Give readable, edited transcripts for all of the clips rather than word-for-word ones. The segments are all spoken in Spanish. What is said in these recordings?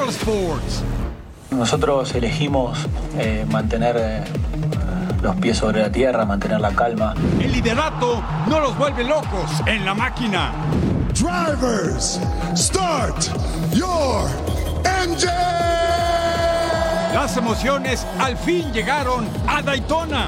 Total Sports. Nosotros elegimos mantener los pies sobre la tierra, mantener la calma. El liderato no los vuelve locos en la máquina. Drivers, start your engine. Las emociones al fin llegaron a Daytona.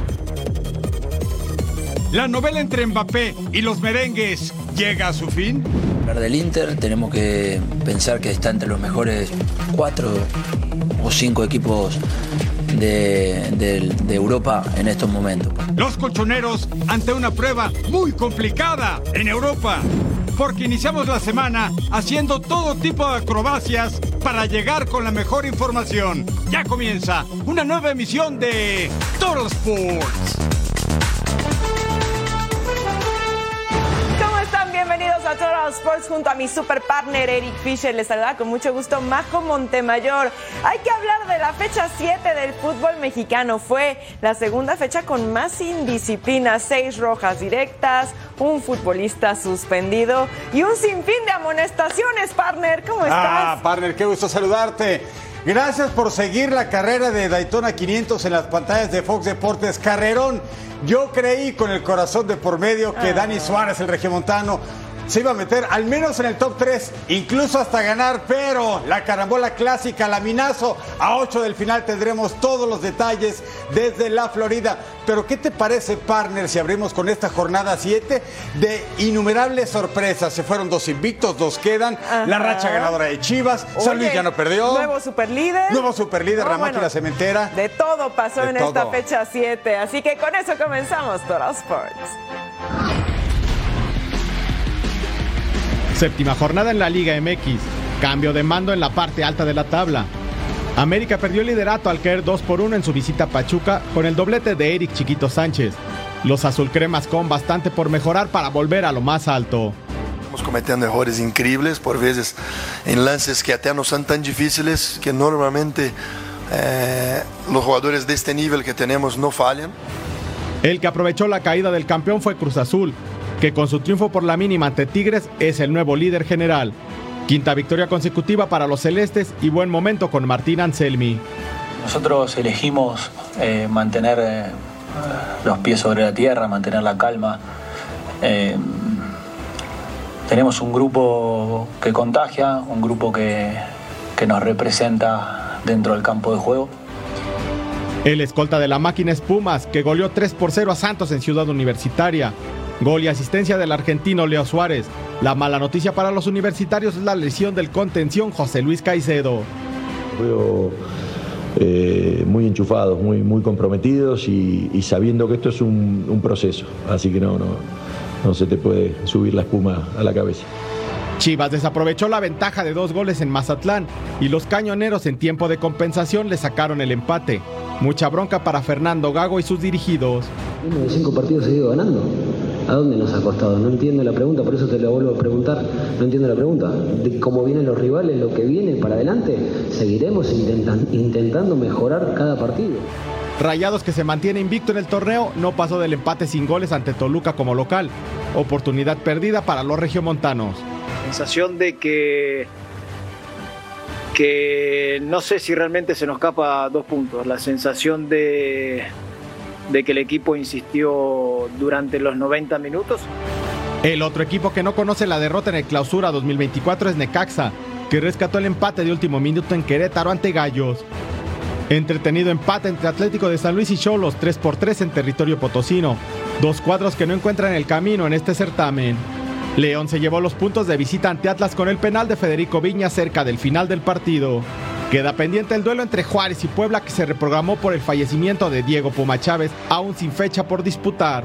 La novela entre Mbappé y los merengues llega a su fin. Hablar del Inter, tenemos que pensar que está entre los mejores 4 o 5 equipos de Europa en estos momentos. Los colchoneros ante una prueba muy complicada en Europa, porque iniciamos la semana haciendo todo tipo de acrobacias para llegar con la mejor información. Ya comienza una nueva emisión de Total Sports. Bienvenidos a Total Sports junto a mi super partner Eric Fisher. Les saluda con mucho gusto Majo Montemayor. Hay que hablar de la fecha 7 del fútbol mexicano. Fue la segunda fecha con más indisciplina, 6 rojas directas, un futbolista suspendido y un sinfín de amonestaciones, partner. ¿Cómo estás? Partner, qué gusto saludarte. Gracias por seguir la carrera de Daytona 500 en las pantallas de Fox Deportes. Carrerón. Yo creí con el corazón de por medio que Dani Suárez, el regiomontano, se iba a meter al menos en el top 3, incluso hasta ganar, pero la carambola clásica, laminazo, a 8 del final tendremos todos los detalles desde la Florida. Pero ¿qué te parece, partner, si abrimos con esta jornada 7 de innumerables sorpresas? Se fueron 2 invictos, 2 quedan, la racha ganadora de Chivas, San Luis ya no perdió. Nuevo superlíder, la máquina cementera. De todo pasó en esta fecha 7, así que con eso comenzamos Total Sports. Séptima jornada en la Liga MX. Cambio de mando en la parte alta de la tabla. América perdió el liderato al caer 2-1 en su visita a Pachuca con el doblete de Eric Chiquito Sánchez. Los azulcremas con bastante por mejorar para volver a lo más alto. Estamos cometiendo errores increíbles, por veces en lances que até no son tan difíciles, que normalmente los jugadores de este nivel que tenemos no fallan. El que aprovechó la caída del campeón fue Cruz Azul, que con su triunfo por la mínima ante Tigres es el nuevo líder general. Quinta victoria consecutiva para los celestes y buen momento con Martín Anselmi. Nosotros elegimos mantener los pies sobre la tierra, mantener la calma. Tenemos un grupo que contagia, un grupo que nos representa dentro del campo de juego. El escolta de la máquina es Pumas, que goleó 3-0 a Santos en Ciudad Universitaria. Gol y asistencia del argentino Leo Suárez. La mala noticia para los universitarios es la lesión del contención José Luis Caicedo. Veo muy enchufados, muy comprometidos y sabiendo que esto es un proceso. Así que no se te puede subir la espuma a la cabeza. Chivas desaprovechó la ventaja de 2 goles en Mazatlán y los cañoneros en tiempo de compensación le sacaron el empate. Mucha bronca para Fernando Gago y sus dirigidos. 1 de 5 partidos seguido ganando. ¿A dónde nos ha costado? No entiendo la pregunta, por eso te la vuelvo a preguntar. No entiendo la pregunta. De cómo vienen los rivales, lo que viene para adelante, seguiremos intentando mejorar cada partido. Rayados, que se mantiene invicto en el torneo, no pasó del empate sin goles ante Toluca como local. Oportunidad perdida para los regiomontanos. Sensación de que no sé si realmente se nos escapa 2 puntos. La sensación de que el equipo insistió durante los 90 minutos. El otro equipo que no conoce la derrota en el Clausura 2024 es Necaxa, que rescató el empate de último minuto en Querétaro ante Gallos. Entretenido empate entre Atlético de San Luis y Xolos, 3-3 en territorio potosino. 2 cuadros que no encuentran el camino en este certamen. León se llevó los puntos de visita ante Atlas con el penal de Federico Viñas cerca del final del partido. Queda pendiente el duelo entre Juárez y Puebla, que se reprogramó por el fallecimiento de Diego Puma Chávez, aún sin fecha por disputar.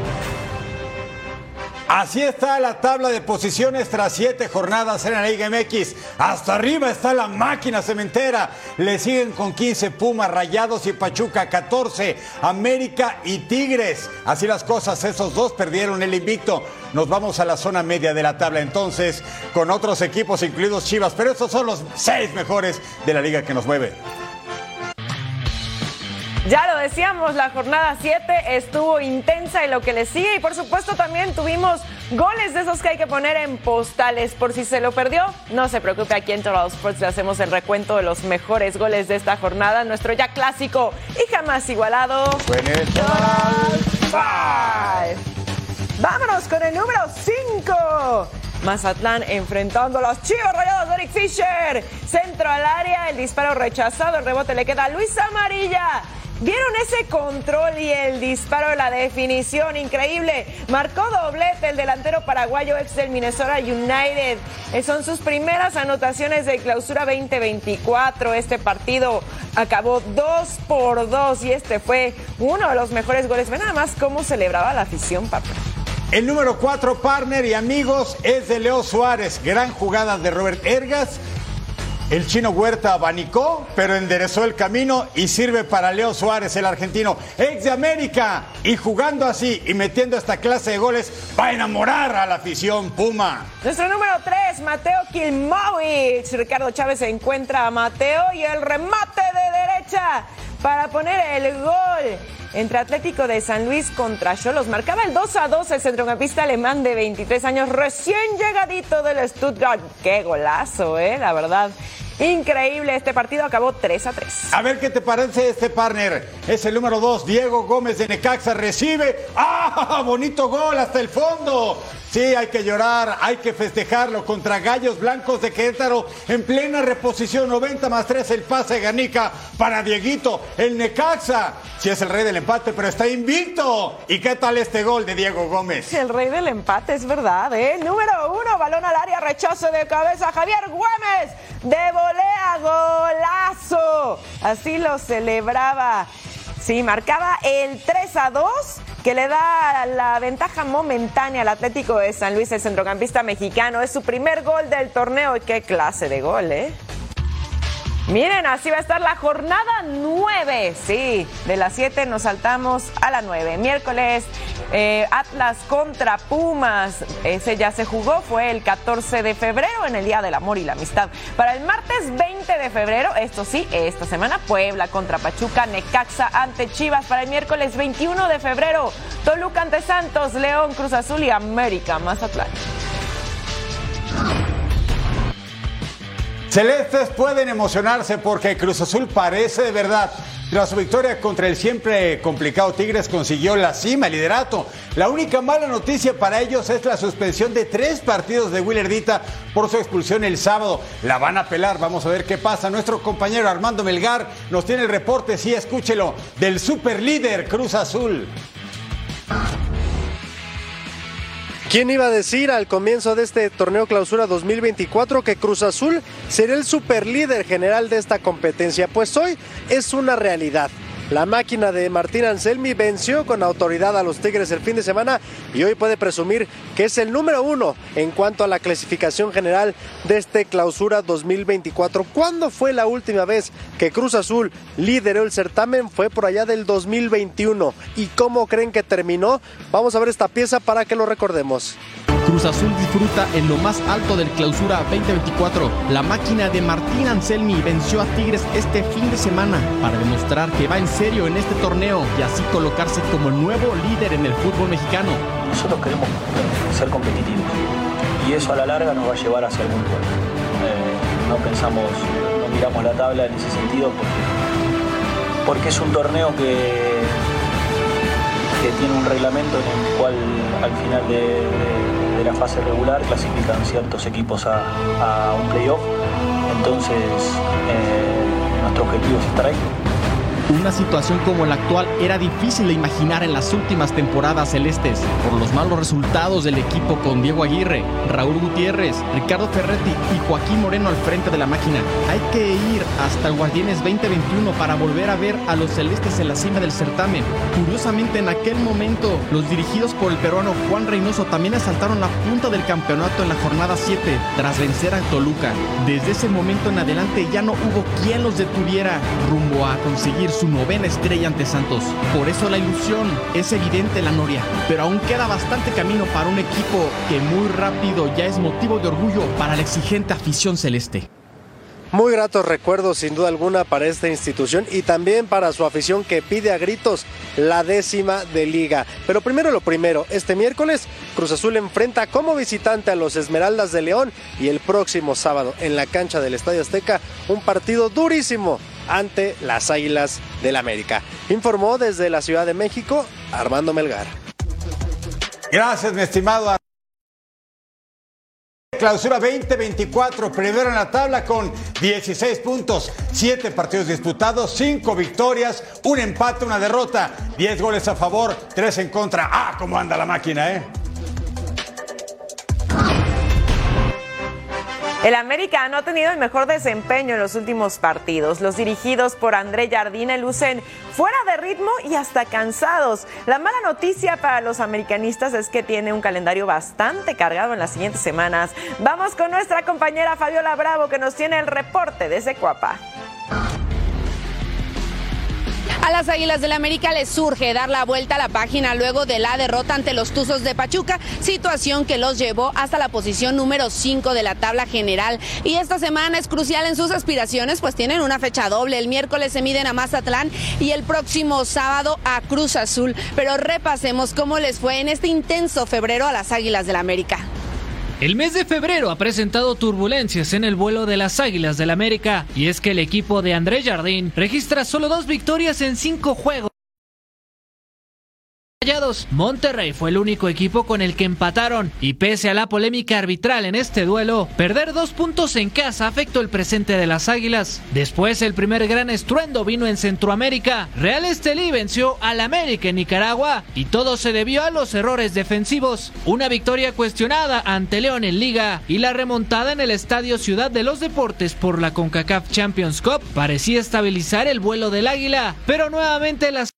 Así está la tabla de posiciones tras 7 jornadas en la Liga MX. Hasta arriba está la máquina cementera. Le siguen con 15 Pumas, Rayados y Pachuca, 14 América y Tigres. Así las cosas, esos 2 perdieron el invicto. Nos vamos a la zona media de la tabla entonces, con otros equipos incluidos Chivas, pero estos son los 6 mejores de la liga que nos mueve. Ya lo decíamos, la jornada 7 estuvo intensa y lo que le sigue. Y por supuesto también tuvimos goles de esos que hay que poner en postales. Por si se lo perdió, no se preocupe, aquí en Total Sports le hacemos el recuento de los mejores goles de esta jornada. Nuestro ya clásico y jamás igualado. Total 5. Vámonos con el número 5. Mazatlán enfrentando a los Chivas Rayados de Eric Fisher. Centro al área, el disparo rechazado, el rebote le queda a Luis Amarilla. ¿Vieron ese control y el disparo de la definición? Increíble. Marcó doblete el delantero paraguayo ex del Minnesota United. Son sus primeras anotaciones de clausura 2024. Este partido acabó 2-2 y este fue uno de los mejores goles. Ven nada más cómo celebraba la afición, papá. El número 4, partner y amigos, es de Leo Suárez. Gran jugada de Robert Ergas. El Chino Huerta abanicó, pero enderezó el camino y sirve para Leo Suárez, el argentino, ex de América. Y jugando así y metiendo esta clase de goles, va a enamorar a la afición Puma. Nuestro número 3, Mateo Kilmowicz. Ricardo Chávez encuentra a Mateo y el remate de derecha para poner el gol entre Atlético de San Luis contra Xolos. Marcaba el 2-2 el centrocampista alemán de 23 años, recién llegadito del Stuttgart. ¡Qué golazo, la verdad! Increíble, este partido acabó 3-3. A ver qué te parece este partner. Es el número 2, Diego Gómez de Necaxa, recibe. ¡Ah! Bonito gol hasta el fondo. Sí, hay que llorar, hay que festejarlo contra Gallos Blancos de Querétaro en plena reposición. 90+3 el pase de Ganica para Dieguito, el Necaxa. Sí es el rey del empate, pero está invicto. ¿Y qué tal este gol de Diego Gómez? El rey del empate, es verdad, Número 1, balón al área, rechazo de cabeza, Javier Güemes de volea, golazo. Así lo celebraba. Sí, marcaba el 3-2 que le da la ventaja momentánea al Atlético de San Luis, el centrocampista mexicano. Es su primer gol del torneo y qué clase de gol, Miren, así va a estar la jornada 9. Sí, de las 7 nos saltamos a la 9. Miércoles, Atlas contra Pumas. Ese ya se jugó, fue el 14 de febrero en el Día del Amor y la Amistad. Para el martes 20 de febrero, esto sí, esta semana, Puebla contra Pachuca, Necaxa ante Chivas. Para el miércoles 21 de febrero, Toluca ante Santos, León, Cruz Azul y América Mazatlán. Celestes pueden emocionarse porque Cruz Azul parece de verdad. Tras su victoria contra el siempre complicado Tigres, consiguió la cima, el liderato. La única mala noticia para ellos es la suspensión de 3 partidos de Willer Dita por su expulsión el sábado. La van a apelar, vamos a ver qué pasa. Nuestro compañero Armando Melgar nos tiene el reporte, sí, escúchelo, del superlíder Cruz Azul. ¿Quién iba a decir al comienzo de este torneo Clausura 2024 que Cruz Azul sería el superlíder general de esta competencia? Pues hoy es una realidad. La máquina de Martín Anselmi venció con autoridad a los Tigres el fin de semana y hoy puede presumir que es el número 1 en cuanto a la clasificación general de este Clausura 2024. ¿Cuándo fue la última vez que Cruz Azul lideró el certamen? Fue por allá del 2021. ¿Y cómo creen que terminó? Vamos a ver esta pieza para que lo recordemos. Cruz Azul disfruta en lo más alto del Clausura 2024. La máquina de Martín Anselmi venció a Tigres este fin de semana para demostrar que va en serio en este torneo y así colocarse como el nuevo líder en el fútbol mexicano. Nosotros queremos ser competitivos y eso a la larga nos va a llevar hacia algún lugar. No miramos la tabla en ese sentido porque es un torneo que tiene un reglamento en el cual al final de la fase regular clasifican ciertos equipos a un playoff. Entonces nuestro objetivo es estar ahí. Una situación como la actual era difícil de imaginar en las últimas temporadas celestes, por los malos resultados del equipo con Diego Aguirre, Raúl Gutiérrez, Ricardo Ferretti y Joaquín Moreno al frente de la máquina. Hay que ir hasta el Guardianes 2021 para volver a ver a los celestes en la cima del certamen. Curiosamente, en aquel momento, los dirigidos por el peruano Juan Reynoso también asaltaron la punta del campeonato en la jornada 7, tras vencer a Toluca. Desde ese momento en adelante ya no hubo quien los detuviera rumbo a conseguir su 9ª estrella ante Santos. Por eso la ilusión es evidente en la Noria, pero aún queda bastante camino para un equipo que muy rápido ya es motivo de orgullo para la exigente afición celeste. Muy gratos recuerdos sin duda alguna para esta institución y también para su afición que pide a gritos la 10ª de liga. Pero primero lo primero, este miércoles Cruz Azul enfrenta como visitante a los Esmeraldas de León y el próximo sábado en la cancha del Estadio Azteca un partido durísimo ante las Águilas del América. Informó desde la Ciudad de México Armando Melgar. Gracias, mi estimado. Clausura 2024, primero en la tabla con 16 puntos, 7 partidos disputados, 5 victorias, 1 empate, 1 derrota, 10 goles a favor, 3 en contra. ¡Ah, cómo anda la máquina, El América no ha tenido el mejor desempeño en los últimos partidos. Los dirigidos por André Jardine lucen fuera de ritmo y hasta cansados. La mala noticia para los americanistas es que tiene un calendario bastante cargado en las siguientes semanas. Vamos con nuestra compañera Fabiola Bravo, que nos tiene el reporte desde Cuapa. A las Águilas del América les surge dar la vuelta a la página luego de la derrota ante los Tuzos de Pachuca, situación que los llevó hasta la posición número 5 de la tabla general. Y esta semana es crucial en sus aspiraciones, pues tienen una fecha doble. El miércoles se miden a Mazatlán y el próximo sábado a Cruz Azul. Pero repasemos cómo les fue en este intenso febrero a las Águilas del América. El mes de febrero ha presentado turbulencias en el vuelo de las Águilas del América, y es que el equipo de André Jardine registra solo 2 victorias en 5 juegos. Monterrey fue el único equipo con el que empataron, y pese a la polémica arbitral en este duelo, perder 2 puntos en casa afectó el presente de las Águilas. Después, el primer gran estruendo vino en Centroamérica. Real Estelí venció al América en Nicaragua, y todo se debió a los errores defensivos. Una victoria cuestionada ante León en Liga, y la remontada en el Estadio Ciudad de los Deportes por la CONCACAF Champions Cup parecía estabilizar el vuelo del Águila, pero nuevamente las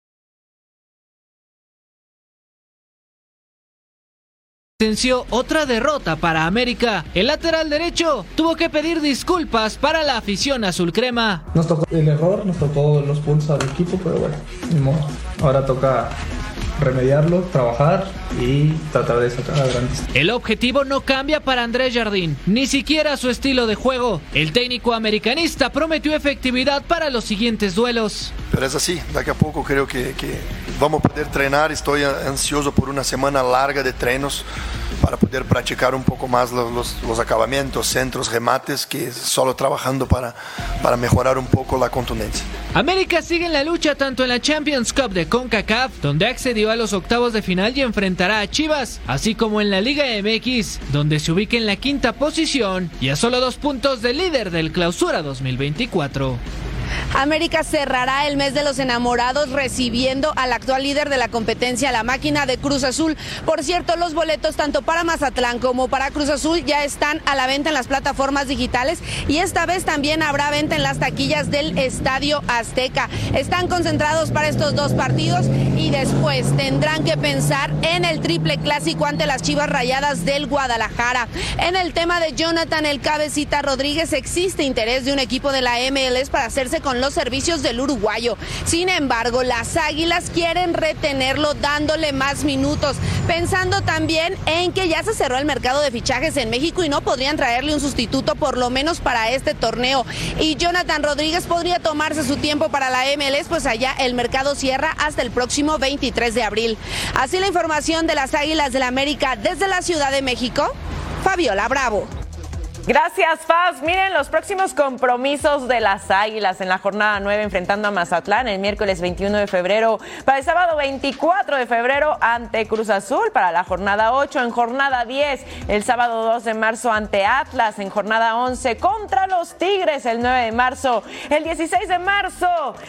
sentenció otra derrota para América. El lateral derecho tuvo que pedir disculpas para la afición azul crema. Nos tocó el error, nos tocó los puntos al equipo, pero bueno, ni modo. Ahora toca remediarlo, trabajar y tratar de sacar adelante. El objetivo no cambia para André Jardine, ni siquiera su estilo de juego. El técnico americanista prometió efectividad para los siguientes duelos. Pero es así, de aquí a poco creo que vamos a poder entrenar. Estoy ansioso por una semana larga de trenos para poder practicar un poco más los acabamientos, centros, remates, que solo trabajando para mejorar un poco la contundencia. América sigue en la lucha tanto en la Champions Cup de CONCACAF, donde accedió a los octavos de final y enfrentará a Chivas, así como en la Liga MX, donde se ubica en la 5ª posición y a solo 2 puntos del líder del Clausura 2024. América cerrará el mes de los enamorados recibiendo al actual líder de la competencia, la máquina de Cruz Azul. Por cierto, los boletos tanto para Mazatlán como para Cruz Azul ya están a la venta en las plataformas digitales, y esta vez también habrá venta en las taquillas del Estadio Azteca. Están concentrados para estos 2 partidos y después tendrán que pensar en el triple clásico ante las Chivas Rayadas del Guadalajara. En el tema de Jonathan El Cabecita Rodríguez, existe interés de un equipo de la MLS para hacerse con los servicios del uruguayo. Sin embargo, las Águilas quieren retenerlo dándole más minutos, pensando también en que ya se cerró el mercado de fichajes en México y no podrían traerle un sustituto por lo menos para este torneo. Y Jonathan Rodríguez podría tomarse su tiempo para la MLS, pues allá el mercado cierra hasta el próximo 23 de abril. Así la información de las Águilas del América desde la Ciudad de México, Fabiola Bravo. Gracias, Fabs. Miren los próximos compromisos de las Águilas en la jornada 9 enfrentando a Mazatlán el miércoles 21 de febrero, para el sábado 24 de febrero ante Cruz Azul, para la jornada 8, en jornada 10 el sábado 2 de marzo ante Atlas, en jornada 11 contra los Tigres el 9 de marzo, el 16 de marzo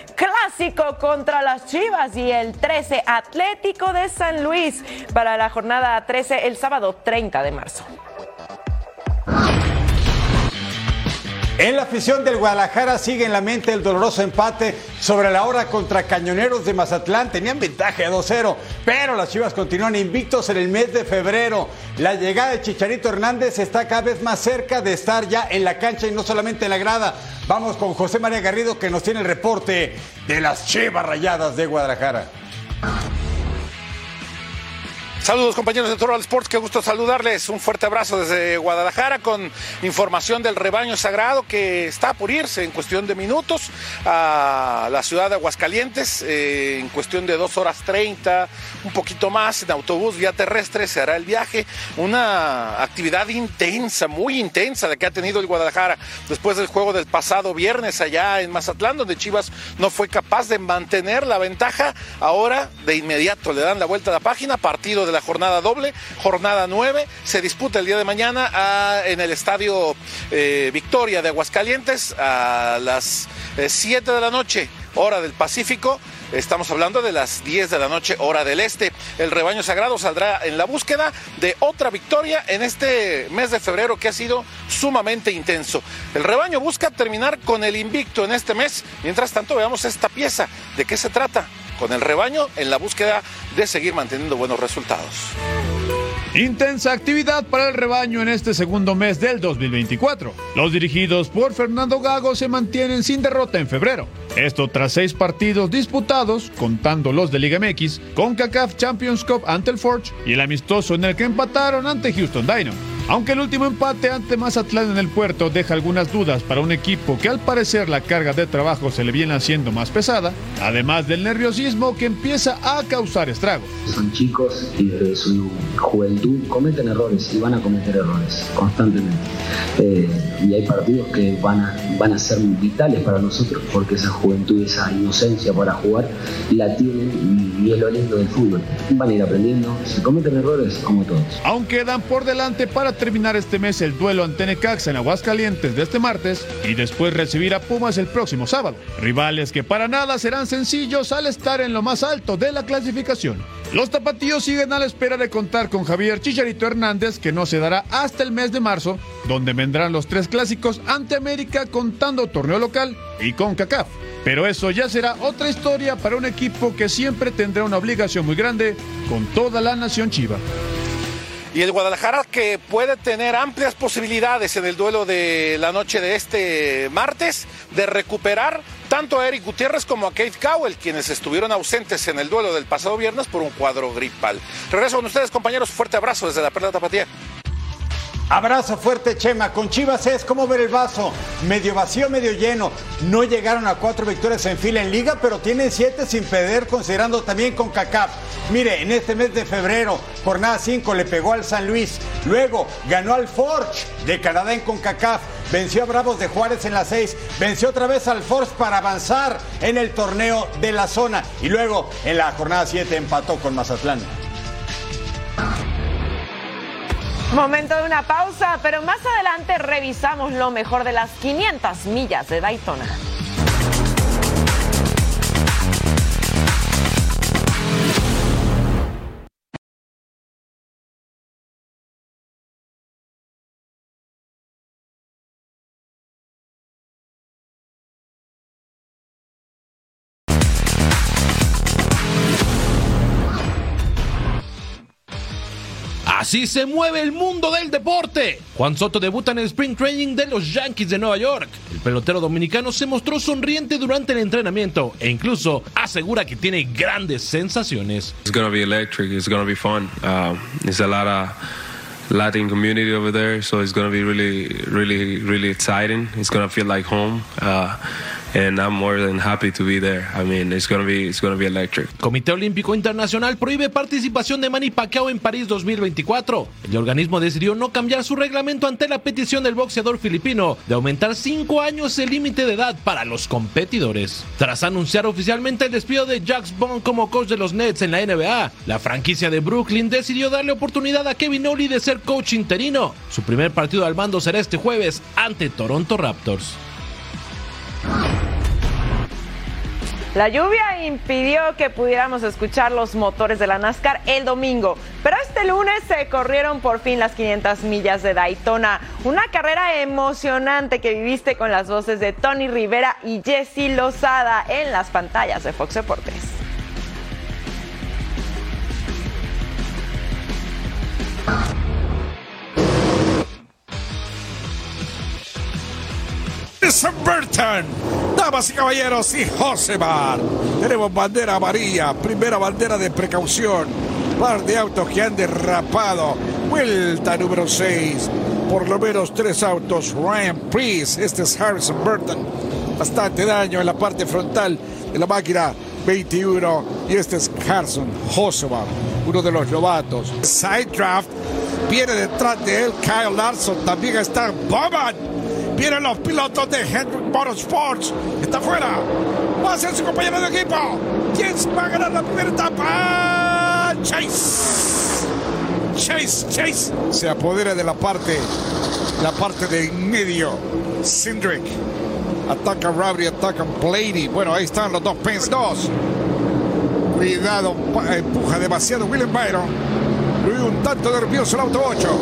clásico contra las Chivas y el 13 Atlético de San Luis, para la jornada 13 el sábado 30 de marzo. En la afición del Guadalajara sigue en la mente el doloroso empate sobre la hora contra Cañoneros de Mazatlán. Tenían ventaja de 2-0, pero las Chivas continúan invictos en el mes de febrero. La llegada de Chicharito Hernández está cada vez más cerca de estar ya en la cancha y no solamente en la grada. Vamos con José María Garrido, que nos tiene el reporte de las Chivas Rayadas de Guadalajara. Saludos compañeros de Total Sports, qué gusto saludarles, un fuerte abrazo desde Guadalajara con información del rebaño sagrado que está por irse en cuestión de minutos a la ciudad de Aguascalientes, en cuestión de 2 horas 30, un poquito más en autobús, vía terrestre, se hará el viaje, una actividad intensa, muy intensa la que ha tenido el Guadalajara después del juego del pasado viernes allá en Mazatlán, donde Chivas no fue capaz de mantener la ventaja. Ahora de inmediato le dan la vuelta a la página, partido de la jornada doble, jornada 9, se disputa el día de mañana en el estadio Victoria de Aguascalientes a las 7 de la noche, hora del Pacífico. Estamos hablando de las 10 de la noche, hora del este. El rebaño sagrado saldrá en la búsqueda de otra victoria en este mes de febrero que ha sido sumamente intenso. El rebaño busca terminar con el invicto en este mes. Mientras tanto, veamos esta pieza. ¿De qué se trata? Con el rebaño en la búsqueda de seguir manteniendo buenos resultados. Intensa actividad para el rebaño en este segundo mes del 2024. Los dirigidos por Fernando Gago se mantienen sin derrota en febrero. Esto tras 6 partidos disputados, contando los de Liga MX, CONCACAF Champions Cup ante el Forge y el amistoso en el que empataron ante Houston Dynamo. Aunque el último empate ante Mazatlán en el Puerto deja algunas dudas para un equipo que al parecer la carga de trabajo se le viene haciendo más pesada, además del nerviosismo que empieza a causar estragos. Son chicos y desde su juventud cometen errores y van a cometer errores constantemente. Y hay partidos que van a ser vitales para nosotros porque esa juventud, esa inocencia para jugar la tienen y es lo lindo del fútbol. Van a ir aprendiendo, si cometen errores como todos. Aunque dan por delante para terminar este mes el duelo ante Necaxa en Aguascalientes de este martes y después recibir a Pumas el próximo sábado. Rivales que para nada serán sencillos al estar en lo más alto de la clasificación. Los tapatíos siguen a la espera de contar con Javier Chicharito Hernández, que no se dará hasta el mes de marzo, donde vendrán los 3 clásicos ante América contando torneo local y CONCACAF. Pero eso ya será otra historia para un equipo que siempre tendrá una obligación muy grande con toda la nación chiva. Y el Guadalajara que puede tener amplias posibilidades en el duelo de la noche de este martes de recuperar tanto a Eric Gutiérrez como a Keith Cowell, quienes estuvieron ausentes en el duelo del pasado viernes por un cuadro gripal. Regreso con ustedes, compañeros. Fuerte abrazo desde la Perla Tapatía. Abrazo fuerte, Chema. Con Chivas es como ver el vaso, medio vacío, medio lleno. No llegaron a 4 victorias en fila en Liga, pero tienen 7 sin perder, considerando también CONCACAF. Mire, en este mes de febrero, jornada 5, le pegó al San Luis. Luego ganó al Forge de Canadá en CONCACAF. Venció a Bravos de Juárez en la 6. Venció otra vez al Forge para avanzar en el torneo de la zona. Y luego, en la jornada 7, empató con Mazatlán. Momento de una pausa, pero más adelante revisamos lo mejor de las 500 millas de Daytona. Así se mueve el mundo del deporte. Juan Soto debuta en el Spring Training de los Yankees de Nueva York. El pelotero dominicano se mostró sonriente durante el entrenamiento e incluso asegura que tiene grandes sensaciones. It's gonna be electric. It's gonna be fun. There's a lot of Latin community over there, so it's gonna be really exciting. It's gonna feel like home. And I'm more than happy to be there. I mean, it's gonna be electric. Comité Olímpico Internacional prohíbe participación de Manny Pacquiao en París 2024. El organismo decidió no cambiar su reglamento ante la petición del boxeador filipino de aumentar 5 años el límite de edad para los competidores. Tras anunciar oficialmente el despido de Jacques Bond como coach de los Nets en la NBA, la franquicia de Brooklyn decidió darle oportunidad a Kevin Ollie de ser coach interino. Su primer partido al mando será este jueves ante Toronto Raptors. La lluvia impidió que pudiéramos escuchar los motores de la NASCAR el domingo, pero este lunes se corrieron por fin las 500 millas de Daytona, una carrera emocionante que viviste con las voces de Tony Rivera y Jessy Lozada en las pantallas de Fox Deportes. San Bertrand, damas y caballeros, y Josemar. Tenemos bandera amarilla, primera bandera de precaución. par de autos que han derrapado. Vuelta número 6. Por lo menos 3 autos. Ryan Preece, este es Harrison Burton. Bastante daño en la parte frontal de la máquina 21. Y este es Carson Hocevar, uno de los novatos. Side draft. Viene detrás de él Kyle Larson. También está Bowman. Vienen los pilotos de Hendrick Motorsports. Está fuera. Va a ser su compañero de equipo. ¿Quién va a ganar la primera etapa? Chase se apodera de la parte de en medio. Cindric ataca Rabri, ataca Blaney. Bueno, ahí están los dos Pence 2. Cuidado, empuja demasiado William Byron. Luego un tanto nervioso el auto 8.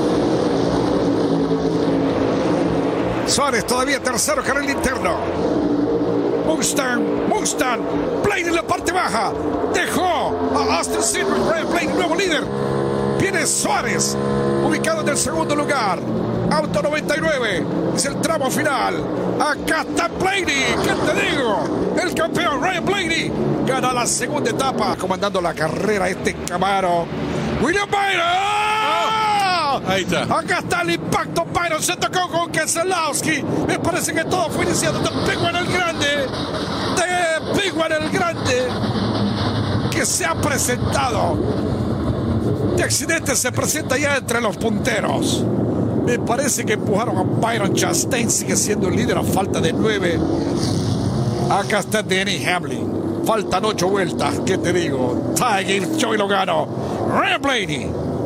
Suárez todavía tercero, carril interno. Mustang, Blaney en la parte baja. Dejó a Austin Cindric. Ryan Blaney, nuevo líder. Viene Suárez, ubicado en el segundo lugar. Auto 99, es el tramo final. Acá está Blaney, ¿qué te digo? El campeón Ryan Blaney gana la segunda etapa, comandando la carrera este Camaro. William Byron. Ahí está. Acá está el impacto. Byron se tocó con Keselowski. Me parece que todo fue iniciado de Big One el Grande, que se ha presentado. Este accidente se presenta ya entre los punteros. Me parece que empujaron a Byron. Chastain sigue siendo el líder a falta de 9. Acá está Denny Hamlin. Faltan 8 vueltas. ¿Qué te digo? Tiger Joey Logano. Ryan Blaney.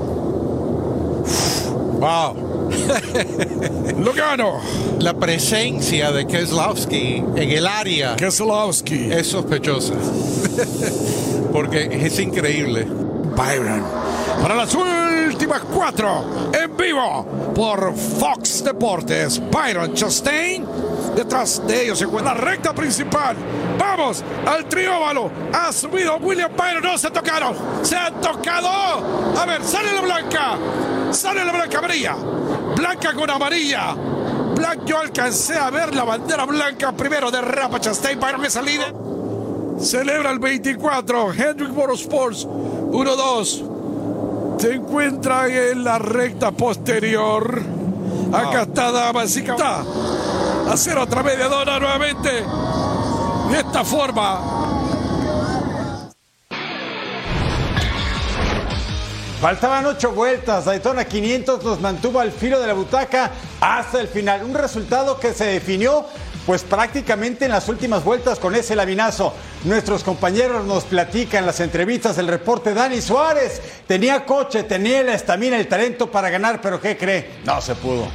Wow. Logano. La presencia de Keselowski en el área es sospechosa. Porque es increíble. Byron para las últimas 4 en vivo por Fox Deportes. Byron, Chastain, detrás de ellos se encuentra la recta principal. Vamos al trióvalo. Ha subido William Byron. No se tocaron. Se han tocado. A ver, sale la blanca amarilla. Blanca con amarilla. Yo alcancé a ver la bandera blanca. Primero derrapa Chastain. Byron es el líder. Celebra el 24. Hendrick Motorsports 1-2. Se encuentra en la recta posterior. Acá está damas y caballeros. A 0 otra mediadora nuevamente. De esta forma. Faltaban 8 vueltas. Daytona 500 nos mantuvo al filo de la butaca hasta el final. Un resultado que se definió pues prácticamente en las últimas vueltas con ese laminazo. Nuestros compañeros nos platican en las entrevistas el reporte. Dani Suárez tenía coche, tenía la estamina, el talento para ganar, pero ¿qué cree? No se pudo.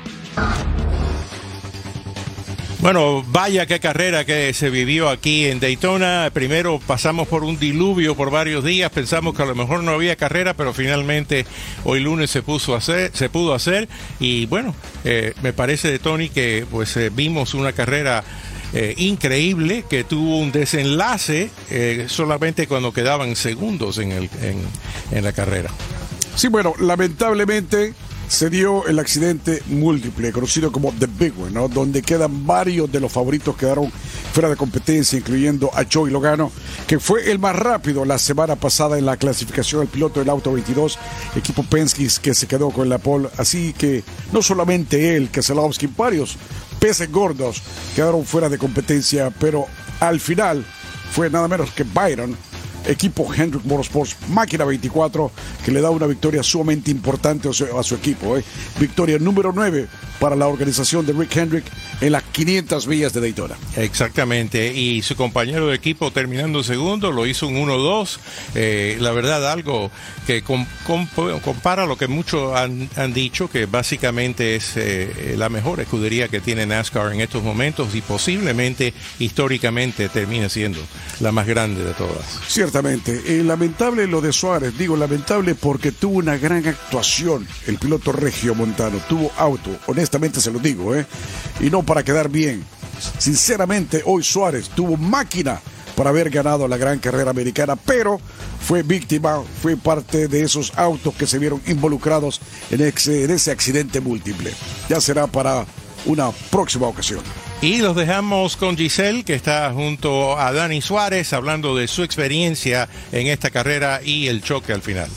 Bueno, vaya qué carrera que se vivió aquí en Daytona. Primero pasamos por un diluvio por varios días, pensamos que a lo mejor no había carrera, pero finalmente hoy lunes se pudo hacer. Y bueno, me parece de Tony que pues vimos una carrera increíble que tuvo un desenlace solamente cuando quedaban segundos en la carrera. Sí, bueno, lamentablemente se dio el accidente múltiple, conocido como The Big One, ¿no? Donde quedan varios de los favoritos quedaron fuera de competencia, incluyendo a Joey Logano, que fue el más rápido la semana pasada en la clasificación, el piloto del auto 22, equipo Penske, que se quedó con la pole. Así que no solamente él, Keselowski, varios peces gordos quedaron fuera de competencia, pero al final fue nada menos que Byron, equipo Hendrick Motorsports, máquina 24, que le da una victoria sumamente importante a su equipo. Victoria número 9 para la organización de Rick Hendrick en las 500 millas de Daytona. Exactamente, y su compañero de equipo terminando segundo lo hizo un 1-2. La verdad, algo que compara lo que muchos han dicho, que básicamente es la mejor escudería que tiene NASCAR en estos momentos y posiblemente históricamente termine siendo la más grande de todas. Ciertamente, lamentable lo de Suárez, digo lamentable porque tuvo una gran actuación el piloto regiomontano, tuvo auto, honestamente se lo digo, y no para quedar bien. Sinceramente, hoy Suárez tuvo máquina para haber ganado la gran carrera americana, pero fue víctima, fue parte de esos autos que se vieron involucrados en ese accidente múltiple. Ya será para una próxima ocasión. Y los dejamos con Giselle, que está junto a Dani Suárez, hablando de su experiencia en esta carrera y el choque al final.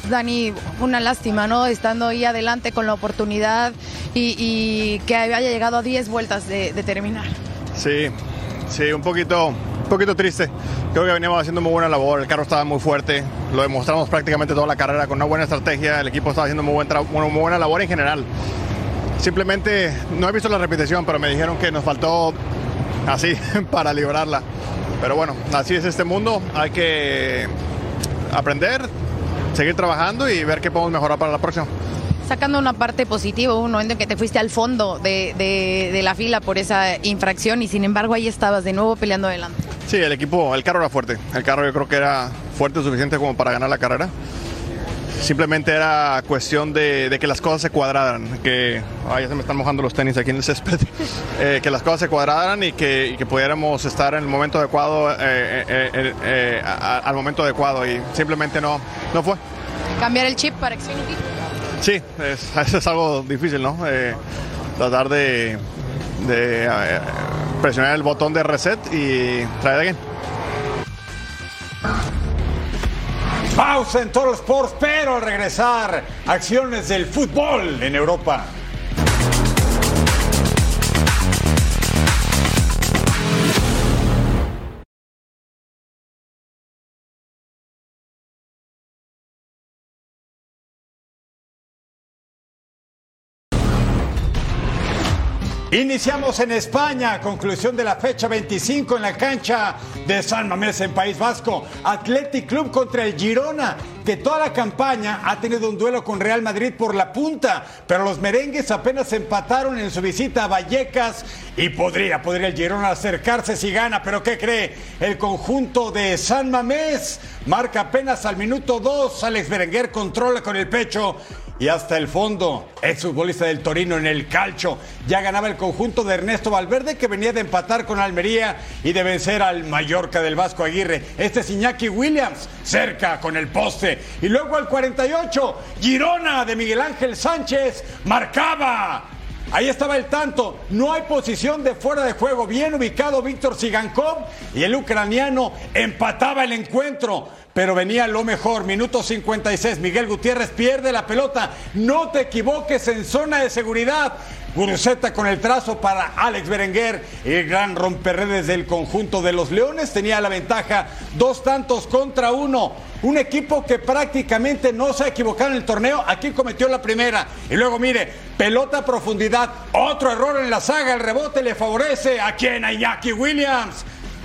Dani, una lástima, ¿no? Estando ahí adelante con la oportunidad y que haya llegado a 10 vueltas de terminar. Sí, un poquito triste. Creo que veníamos haciendo muy buena labor, el carro estaba muy fuerte, lo demostramos prácticamente toda la carrera con una buena estrategia, el equipo estaba haciendo muy buena labor en general. Simplemente no he visto la repetición, pero me dijeron que nos faltó así para librarla. Pero bueno, así es este mundo, hay que aprender, seguir trabajando y ver qué podemos mejorar para la próxima. Sacando una parte positiva, un momento en que te fuiste al fondo de la fila por esa infracción y sin embargo ahí estabas de nuevo peleando adelante. Sí, el carro era fuerte, el carro yo creo que era fuerte suficiente como para ganar la carrera. Simplemente era cuestión de que las cosas se cuadraran, ya se me están mojando los tenis aquí en el césped, que las cosas se cuadraran y que pudiéramos estar en el momento adecuado, al momento adecuado, y simplemente no fue. ¿Cambiar el chip para Xfinity? Sí, eso es algo difícil, ¿no? Tratar de presionar el botón de reset y try again. Pausa en Total Sports, pero al regresar, acciones del fútbol en Europa. Iniciamos en España, conclusión de la fecha 25 en la cancha de San Mamés en País Vasco. Athletic Club contra el Girona, que toda la campaña ha tenido un duelo con Real Madrid por la punta, pero los merengues apenas empataron en su visita a Vallecas y podría el Girona acercarse si gana, pero ¿qué cree? El conjunto de San Mamés marca apenas al minuto 2, Alex Berenguer controla con el pecho y hasta el fondo. Exfutbolista del Torino en el calcio. Ya ganaba el conjunto de Ernesto Valverde, que venía de empatar con Almería y de vencer al Mallorca del Vasco Aguirre. Este es Iñaki Williams, cerca con el poste. Y luego al 48, Girona de Miguel Ángel Sánchez marcaba. Ahí estaba el tanto, no hay posición de fuera de juego, bien ubicado Víctor Sigankov y el ucraniano empataba el encuentro, pero venía lo mejor, minuto 56, Miguel Gutiérrez pierde la pelota, no te equivoques en zona de seguridad, Guruceta con el trazo para Alex Berenguer, el gran romperredes del conjunto de los Leones, tenía la ventaja, 2-1, un equipo que prácticamente no se ha equivocado en el torneo, aquí cometió la primera, y luego mire, pelota a profundidad, otro error en la saga, el rebote le favorece a quien, a Iñaki Williams,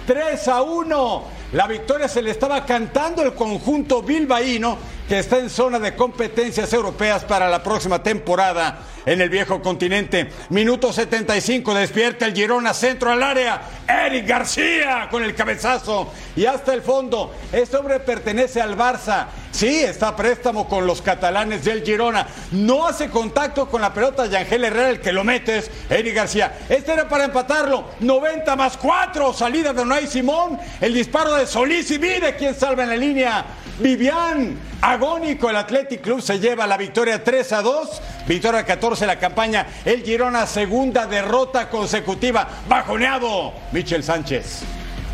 3-1, la victoria se le estaba cantando el conjunto bilbaíno, que está en zona de competencias europeas para la próxima temporada en el viejo continente. Minuto 75, despierta el Girona, centro al área, Eric García con el cabezazo y hasta el fondo. Este hombre pertenece al Barça, sí, está a préstamo con los catalanes del Girona, no hace contacto con la pelota, Yangel Herrera, el que lo metes, Eric García, este era para empatarlo, 90+4, salida de Unai Simón, el disparo de Solís y mire quién salva en la línea, Vivian, agónico, el Athletic Club se lleva la victoria 3-2, victoria 14 la campaña, el Girona segunda derrota consecutiva, bajoneado Michel Sánchez.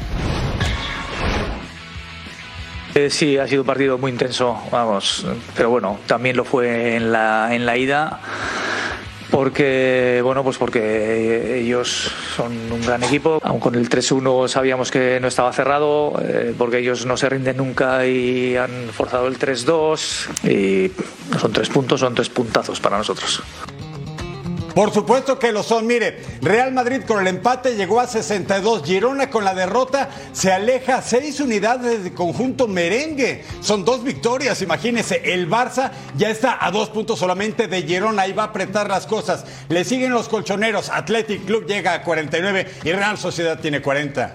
Sí, ha sido un partido muy intenso, vamos, pero bueno, también lo fue en la ida. Porque ellos son un gran equipo, aun con el 3-1 sabíamos que no estaba cerrado, porque ellos no se rinden nunca y han forzado el 3-2 y son 3 puntos, son 3 puntazos para nosotros. Por supuesto que lo son, mire, Real Madrid con el empate llegó a 62, Girona con la derrota se aleja 6 unidades del conjunto merengue, son 2 victorias, imagínense, el Barça ya está a 2 puntos solamente de Girona, ahí va a apretar las cosas, le siguen los colchoneros, Athletic Club llega a 49 y Real Sociedad tiene 40.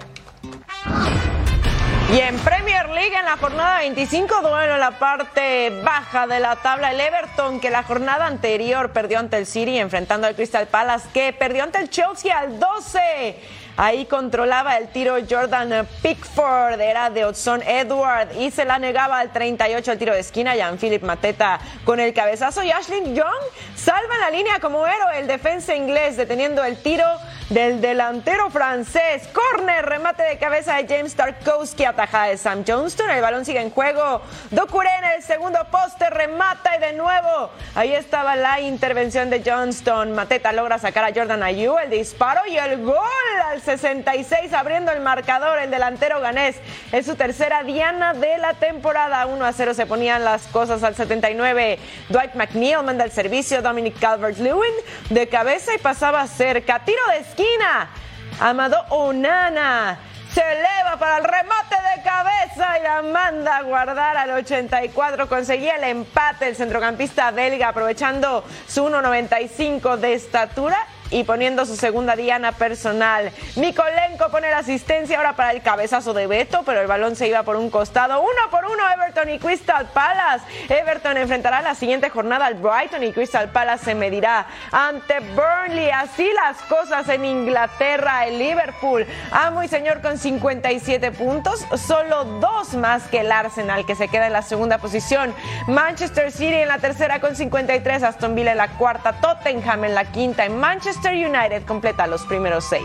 Y en Premier League, en la jornada 25, duelo en la parte baja de la tabla, el Everton, que la jornada anterior perdió ante el City, enfrentando al Crystal Palace, que perdió ante el Chelsea al 12. Ahí controlaba el tiro Jordan Pickford, era de Hudson Edward, y se la negaba al 38 el tiro de esquina, Jean-Philippe Mateta con el cabezazo, y Ashley Young salva en la línea como héroe el defensa inglés, deteniendo el tiro del delantero francés. Córner, remate de cabeza de James Tarkowski, atajada de Sam Johnston. El balón sigue en juego. Doucouré en el segundo poste, remata y de nuevo. Ahí estaba la intervención de Johnston. Mateta logra sacar a Jordan Ayew, el disparo y el gol al 66, abriendo el marcador. El delantero ganés es su tercera diana de la temporada. 1-0 se ponían las cosas al 79. Dwight McNeil manda el servicio. Dominic Calvert-Lewin de cabeza y pasaba cerca. Tiro de esquina. Amadou Onana se eleva para el remate de cabeza y la manda a guardar al 84. Conseguía el empate el centrocampista belga, aprovechando su 1.95 de estatura y poniendo su segunda diana personal. Mykolenko pone la asistencia ahora para el cabezazo de Beto, pero el balón se iba por un costado. 1-1 Everton y Crystal Palace. Everton enfrentará la siguiente jornada al Brighton y Crystal Palace se medirá ante Burnley. Así las cosas en Inglaterra. El Liverpool, amo y señor, con 57 puntos, solo 2 más que el Arsenal, que se queda en la segunda posición. Manchester City en la tercera con 53, Aston Villa en la cuarta, Tottenham en la quinta. En Manchester United completa los primeros 6.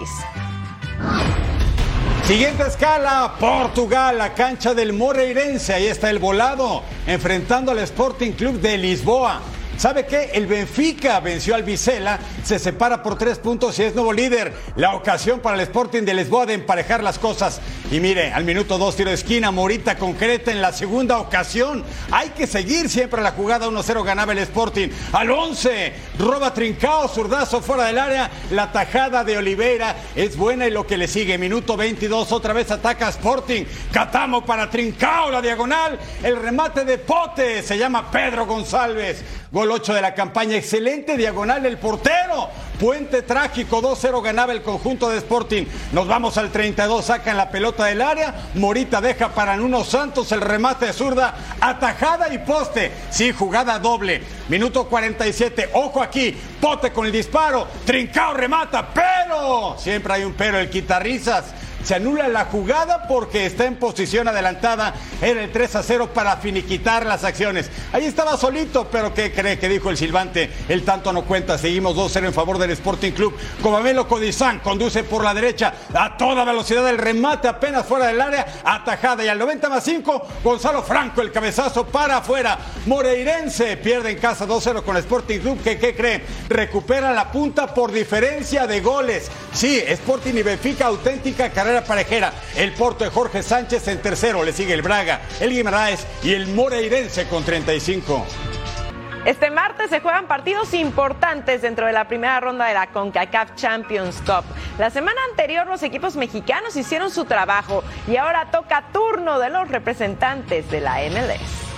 Siguiente escala, Portugal, la cancha del Moreirense. Ahí está el volado, enfrentando al Sporting Club de Lisboa. ¿Sabe qué? El Benfica venció al Vizela, se separa por 3 puntos y es nuevo líder. La ocasión para el Sporting de Lisboa de emparejar las cosas. Y mire, al minuto 2, tiro de esquina, Morita concreta en la segunda ocasión. Hay que seguir siempre la jugada, 1-0 ganaba el Sporting. Al 11, roba Trincao, zurdazo fuera del área. La tajada de Oliveira es buena y lo que le sigue. Minuto 22, otra vez ataca Sporting. Catamo para Trincao, la diagonal. El remate de Pote, se llama Pedro González. Gol 8 de la campaña, excelente diagonal del portero. Puente trágico, 2-0 ganaba el conjunto de Sporting. Nos vamos al 32, sacan la pelota del área. Morita deja para Nuno Santos el remate de zurda, atajada y poste. Sí, jugada doble. Minuto 47, ojo aquí, Pote con el disparo. Trincao remata, pero siempre hay un pero, el quitarrisas. Se anula la jugada porque está en posición adelantada. Era el 3-0 para finiquitar las acciones. Ahí estaba solito, pero ¿qué cree que dijo el silbante? El tanto no cuenta. Seguimos 2-0 en favor del Sporting Club. Comamelo Codizán conduce por la derecha a toda velocidad. El remate apenas fuera del área. Atajada. Y al 90+5, Gonzalo Franco, el cabezazo para afuera. Moreirense pierde en casa 2-0 con el Sporting Club. ¿Qué cree? Recupera la punta por diferencia de goles. Sí, Sporting y Benfica, auténtica carrera parejera. El Porto de Jorge Sánchez en tercero, le sigue el Braga, el Guimaraes y el Moreirense con 35. Este martes se juegan partidos importantes dentro de la primera ronda de la CONCACAF Champions Cup. La semana anterior los equipos mexicanos hicieron su trabajo y ahora toca turno de los representantes de la MLS.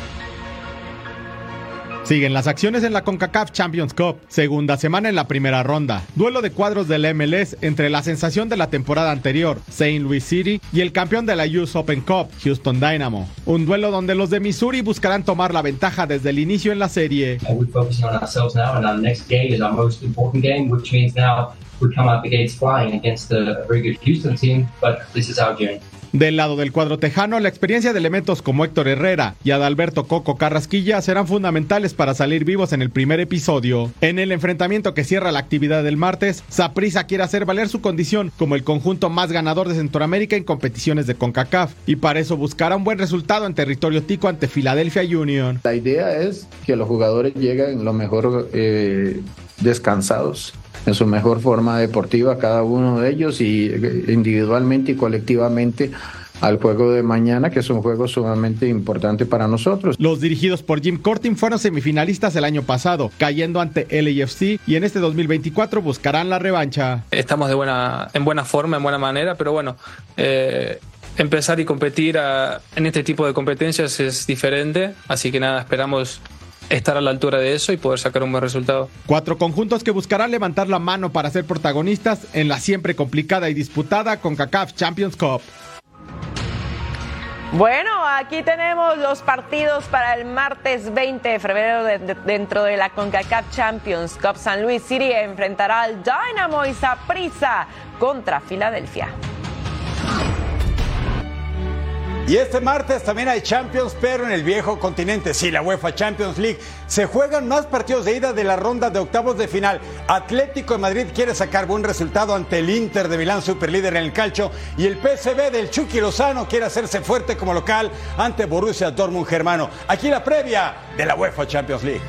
Siguen las acciones en la CONCACAF Champions Cup, segunda semana en la primera ronda. Duelo de cuadros del MLS entre la sensación de la temporada anterior, St. Louis City, y el campeón de la US Open Cup, Houston Dynamo. Un duelo donde los de Missouri buscarán tomar la ventaja desde el inicio en la serie. We're focusing on ourselves now, and our next game is our most important game, which means now we come out the gates flying against a very good Houston team, but this is our journey. Del lado del cuadro tejano, la experiencia de elementos como Héctor Herrera y Adalberto Coco Carrasquilla serán fundamentales para salir vivos en el primer episodio. En el enfrentamiento que cierra la actividad del martes, Saprissa quiere hacer valer su condición como el conjunto más ganador de Centroamérica en competiciones de CONCACAF, y para eso buscará un buen resultado en territorio tico ante Philadelphia Union. La idea es que los jugadores lleguen lo mejor descansados, en su mejor forma deportiva cada uno de ellos, y individualmente y colectivamente al juego de mañana, que es un juego sumamente importante para nosotros. Los dirigidos por Jim Curtin fueron semifinalistas el año pasado, cayendo ante LAFC, y en este 2024 buscarán la revancha. Estamos en buena forma, en buena manera, pero bueno, empezar y competir en este tipo de competencias es diferente, así que nada, esperamos estar a la altura de eso y poder sacar un buen resultado. 4 conjuntos que buscarán levantar la mano para ser protagonistas en la siempre complicada y disputada CONCACAF Champions Cup. Bueno, aquí tenemos los partidos para el martes 20 de febrero dentro de la CONCACAF Champions Cup. San Luis City enfrentará al Dynamo y Saprissa contra Filadelfia. Y este martes también hay Champions, pero en el viejo continente. Sí, la UEFA Champions League. Se juegan más partidos de ida de la ronda de octavos de final. Atlético de Madrid quiere sacar buen resultado ante el Inter de Milán, superlíder en el calcio. Y el PSV del Chucky Lozano quiere hacerse fuerte como local ante Borussia Dortmund germano. Aquí la previa de la UEFA Champions League.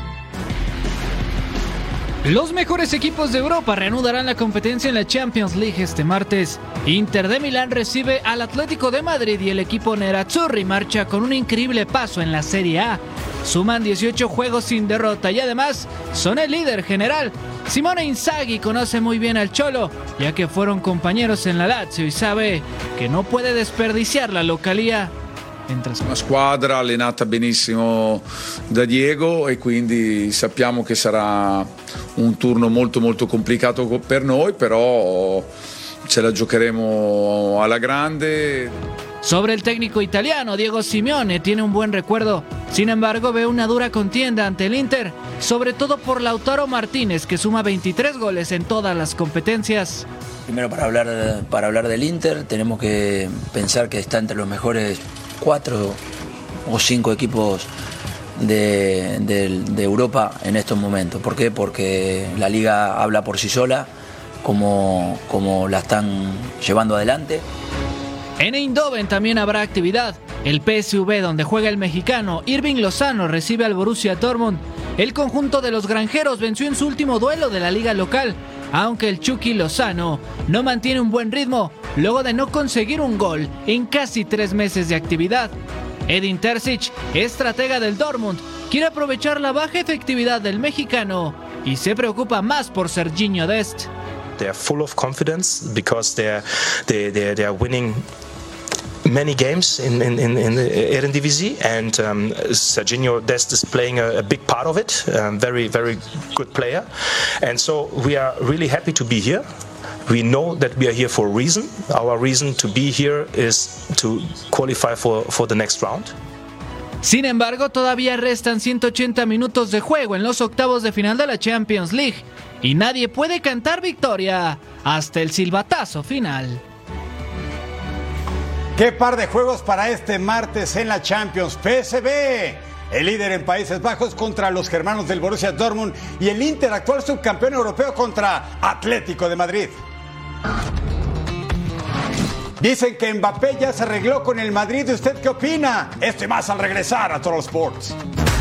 Los mejores equipos de Europa reanudarán la competencia en la Champions League este martes. Inter de Milán recibe al Atlético de Madrid y el equipo nerazzurri marcha con un increíble paso en la Serie A. Suman 18 juegos sin derrota y además son el líder general. Simone Inzaghi conoce muy bien al Cholo, ya que fueron compañeros en la Lazio y sabe que no puede desperdiciar la localía. Una squadra allenata benissimo da Diego e quindi sappiamo che sarà un turno molto complicato per noi, però ce la giocheremo alla grande. Sobre el técnico italiano, Diego Simeone tiene un buen recuerdo. Sin embargo, ve una dura contienda ante el Inter, sobre todo por Lautaro Martínez, que suma 23 goles en todas las competencias. Primero, para hablar del Inter, tenemos que pensar que está entre los mejores 4 o 5 equipos de Europa en estos momentos. ¿Por qué? Porque la liga habla por sí sola, como la están llevando adelante. En Eindhoven también habrá actividad. El PSV, donde juega el mexicano Irving Lozano, recibe al Borussia Dortmund. El conjunto de los granjeros venció en su último duelo de la liga local, aunque el Chucky Lozano no mantiene un buen ritmo luego de no conseguir un gol en casi 3 meses de actividad. Edin Terzic, estratega del Dortmund, quiere aprovechar la baja efectividad del mexicano y se preocupa más por Sergiño Dest. They're full of confidence because they're winning many games in the Eredivisie, and Sergiño Dest is playing a big part of it. Very good player, and so we are really happy to be here. We know that we are here for a reason. Our reason to be here is to qualify for the next round. Sin embargo, todavía restan 180 minutos de juego en los octavos de final de la Champions League y nadie puede cantar victoria hasta el silbatazo final. ¡Qué par de juegos para este martes en la Champions! PSV, el líder en Países Bajos, contra los germanos del Borussia Dortmund, y el Inter, actual subcampeón europeo, contra Atlético de Madrid. Dicen que Mbappé ya se arregló con el Madrid. ¿Usted qué opina? Esto y más al regresar a Total Sports.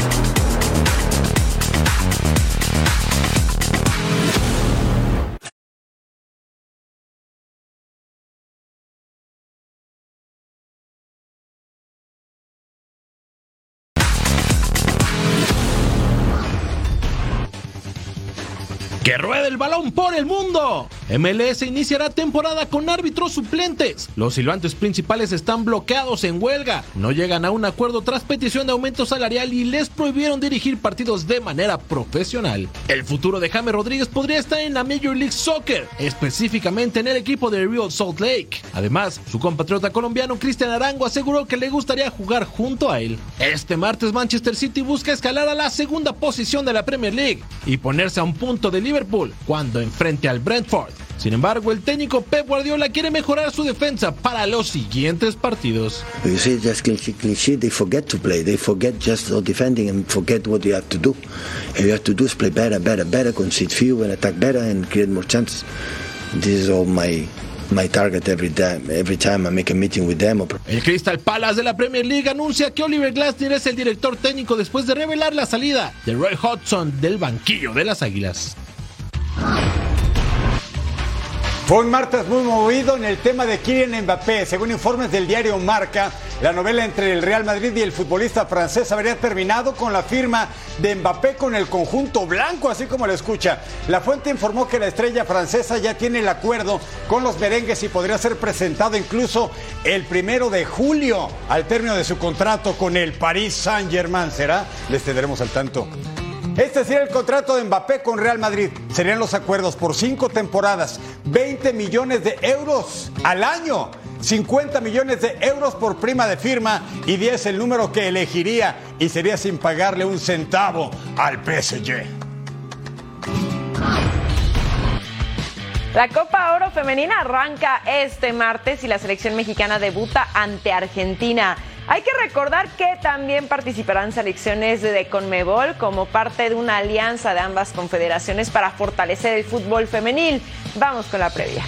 ¡Que ruede el balón por el mundo! MLS iniciará temporada con árbitros suplentes. Los silbantes principales están bloqueados en huelga. No llegan a un acuerdo tras petición de aumento salarial y les prohibieron dirigir partidos de manera profesional. El futuro de James Rodríguez podría estar en la Major League Soccer, específicamente en el equipo de Real Salt Lake. Además, su compatriota colombiano Cristian Arango aseguró que le gustaría jugar junto a él. Este martes Manchester City busca escalar a la segunda posición de la Premier League y ponerse a un punto de Liverpool cuando enfrente al Brentford. Sin embargo, el técnico Pep Guardiola quiere mejorar su defensa para los siguientes partidos. You see, just clean sheet, they forget to play. They forget just defending and forget what you have to do. And you have to do is play better, concede few and attack better and create more chances. This is all my target every time I make a meeting with them. El Crystal Palace de la Premier League anuncia que Oliver Glasner es el director técnico después de revelar la salida de Roy Hodgson del banquillo de las Águilas. Fue un martes muy movido en el tema de Kylian Mbappé. Según informes del diario Marca, la novela entre el Real Madrid y el futbolista francés habría terminado con la firma de Mbappé con el conjunto blanco, así como lo escucha. La fuente informó que la estrella francesa ya tiene el acuerdo con los merengues y podría ser presentado incluso el 1 de julio, al término de su contrato con el Paris Saint-Germain. ¿Será? Les tendremos al tanto. Este sería el contrato de Mbappé con Real Madrid. Serían los acuerdos por 5 temporadas, 20 millones de euros al año, 50 millones de euros por prima de firma y 10 el número que elegiría, y sería sin pagarle un centavo al PSG. La Copa Oro Femenina arranca este martes y la selección mexicana debuta ante Argentina. Hay que recordar que también participarán selecciones de CONMEBOL como parte de una alianza de ambas confederaciones para fortalecer el fútbol femenil. Vamos con la previa.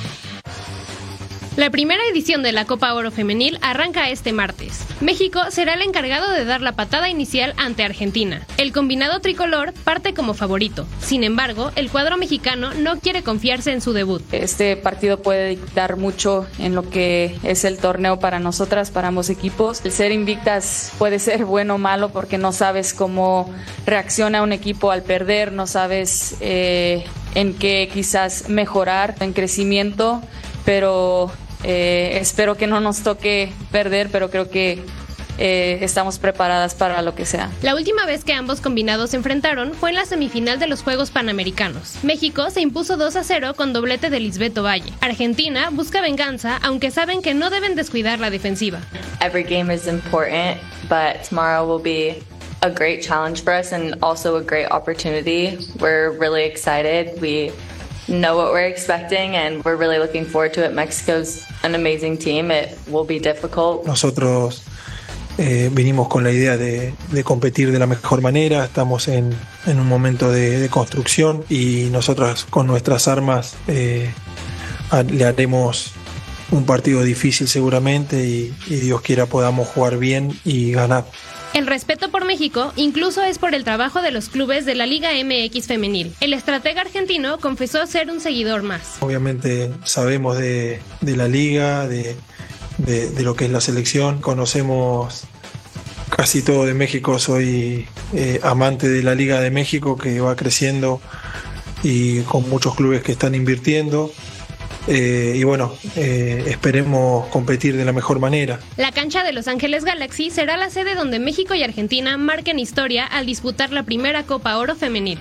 La primera edición de la Copa Oro Femenil arranca este martes. México será el encargado de dar la patada inicial ante Argentina. El combinado tricolor parte como favorito. Sin embargo, el cuadro mexicano no quiere confiarse en su debut. Este partido puede dictar mucho en lo que es el torneo para nosotras, para ambos equipos. El ser invictas puede ser bueno o malo porque no sabes cómo reacciona un equipo al perder, no sabes en qué quizás mejorar, en crecimiento, pero espero que no nos toque perder, pero creo que estamos preparadas para lo que sea. La última vez que ambos combinados se enfrentaron fue en la semifinal de los Juegos Panamericanos. México se impuso 2-0 con doblete de Lisbeth Ovalle. Argentina busca venganza, aunque saben que no deben descuidar la defensiva. Every game is important, but tomorrow will be a great challenge for us and also a great opportunity. We're really excited. We know what we're expecting and we're really looking forward to it. Mexico's an amazing team. It will be difficult. Nosotros vinimos con la idea de competir de la mejor manera. Estamos en un momento de construcción y nosotras con nuestras armas le haremos un partido difícil seguramente y Dios quiera podamos jugar bien y ganar. El respeto por México incluso es por el trabajo de los clubes de la Liga MX femenil. El estratega argentino confesó ser un seguidor más. Obviamente sabemos de la liga, de lo que es la selección. Conocemos casi todo de México. Soy amante de la Liga de México que va creciendo y con muchos clubes que están invirtiendo. Y bueno, esperemos competir de la mejor manera. La cancha de Los Ángeles Galaxy será la sede donde México y Argentina marquen historia al disputar la primera Copa Oro Femenil.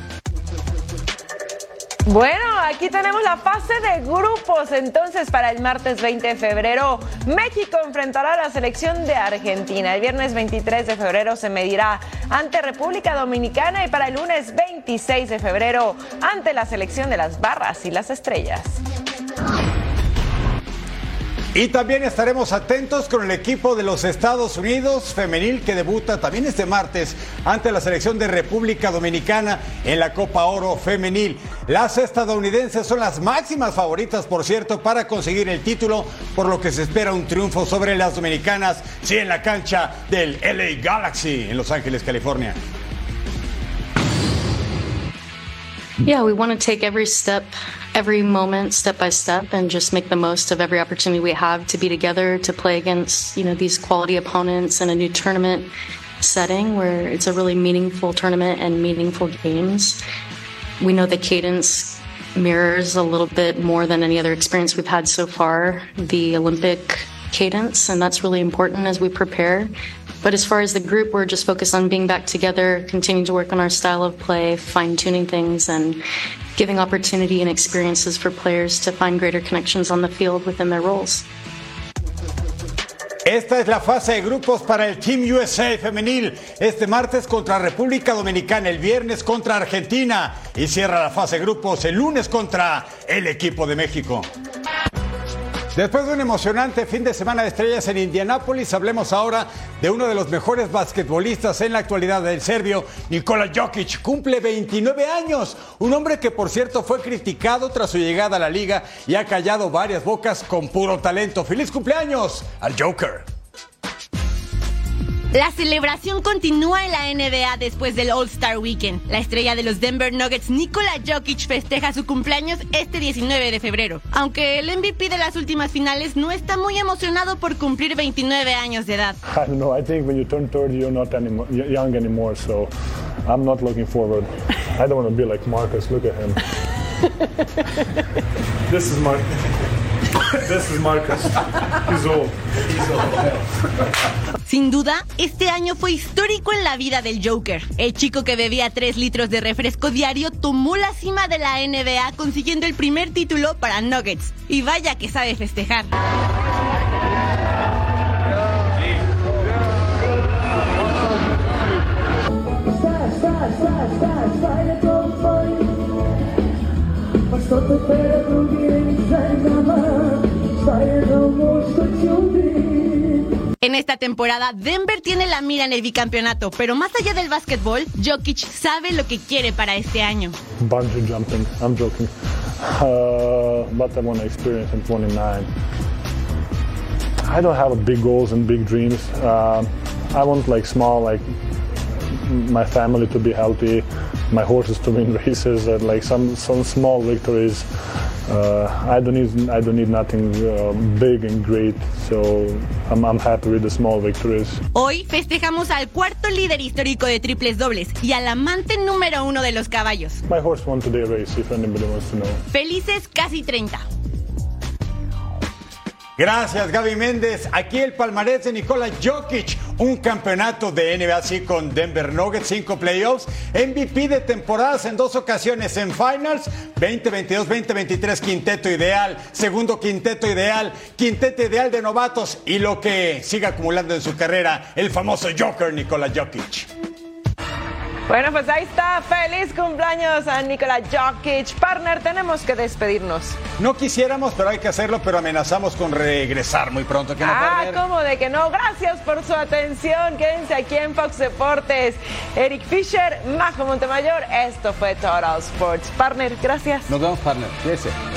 Bueno, aquí tenemos la fase de grupos. Entonces, para el martes 20 de febrero, México enfrentará a la selección de Argentina. El viernes 23 de febrero se medirá ante República Dominicana y para el lunes 26 de febrero ante la selección de las Barras y las Estrellas. Y también estaremos atentos con el equipo de los Estados Unidos femenil que debuta también este martes ante la selección de República Dominicana en la Copa Oro Femenil. Las estadounidenses son las máximas favoritas, por cierto, para conseguir el título, por lo que se espera un triunfo sobre las dominicanas, sí, en la cancha del LA Galaxy en Los Ángeles, California. Yeah, we want to take every step, every moment, step by step, and just make the most of every opportunity we have to be together, to play against, these quality opponents in a new tournament setting where it's a really meaningful tournament and meaningful games. We know the cadence mirrors a little bit more than any other experience we've had so far, the Olympic cadence, and that's really important as we prepare. But as far as the group, we're just focused on being back together, continuing to work on our style of play, fine-tuning things, and giving opportunity and experiences for players to find greater connections on the field within their roles. Esta es la fase de grupos para el Team USA femenil. Este martes contra República Dominicana, el viernes contra Argentina y cierra la fase de grupos el lunes contra el equipo de México. Después de un emocionante fin de semana de estrellas en Indianápolis, hablemos ahora de uno de los mejores basquetbolistas en la actualidad, el serbio Nikola Jokic. Cumple 29 años, un hombre que por cierto fue criticado tras su llegada a la liga y ha callado varias bocas con puro talento. ¡Feliz cumpleaños al Joker! La celebración continúa en la NBA después del All-Star Weekend. La estrella de los Denver Nuggets, Nikola Jokic, festeja su cumpleaños este 19 de febrero. Aunque el MVP de las últimas finales no está muy emocionado por cumplir 29 años de edad. I don't know. I think when you turn 30, you're not young anymore, so I'm not looking forward. I don't want to be like Marcus. Look at him. This is Marcus. He's old. Sin duda, este año fue histórico en la vida del Joker. El chico que bebía 3 litros de refresco diario tomó la cima de la NBA consiguiendo el primer título para Nuggets. Y vaya que sabe festejar. En esta temporada, Denver tiene la mira en el bicampeonato, pero más allá del básquetbol, Jokic sabe lo que quiere para este año. Bungee jumping, I'm joking. But I want to experience in 29. I don't have big goals and big dreams. I want like small, like my family to be healthy, my horses to win races, and like some small victories. I don't need nothing big and great, so I'm happy with the small victories. Hoy festejamos al cuarto líder histórico de triples dobles y al amante número 1 de los caballos. My horse won today a race, if anybody wants to know. Felices casi 30. Gracias, Gaby Méndez. Aquí el palmarés de Nikola Jokic. Un campeonato de NBA, sí, con Denver Nuggets, 5 playoffs, MVP de temporadas en 2 ocasiones en Finals, 2022, 2023, quinteto ideal, segundo quinteto ideal de novatos y lo que sigue acumulando en su carrera, el famoso Joker Nikola Jokic. Bueno, pues ahí está. Feliz cumpleaños a Nikola Jokic. Partner, tenemos que despedirnos. No quisiéramos, pero hay que hacerlo, pero amenazamos con regresar muy pronto. ¿Qué no, partner? ¿Cómo de que no? Gracias por su atención. Quédense aquí en Fox Deportes. Eric Fisher, Majo Montemayor. Esto fue Total Sports. Partner, gracias. Nos vemos, partner. Cuídense.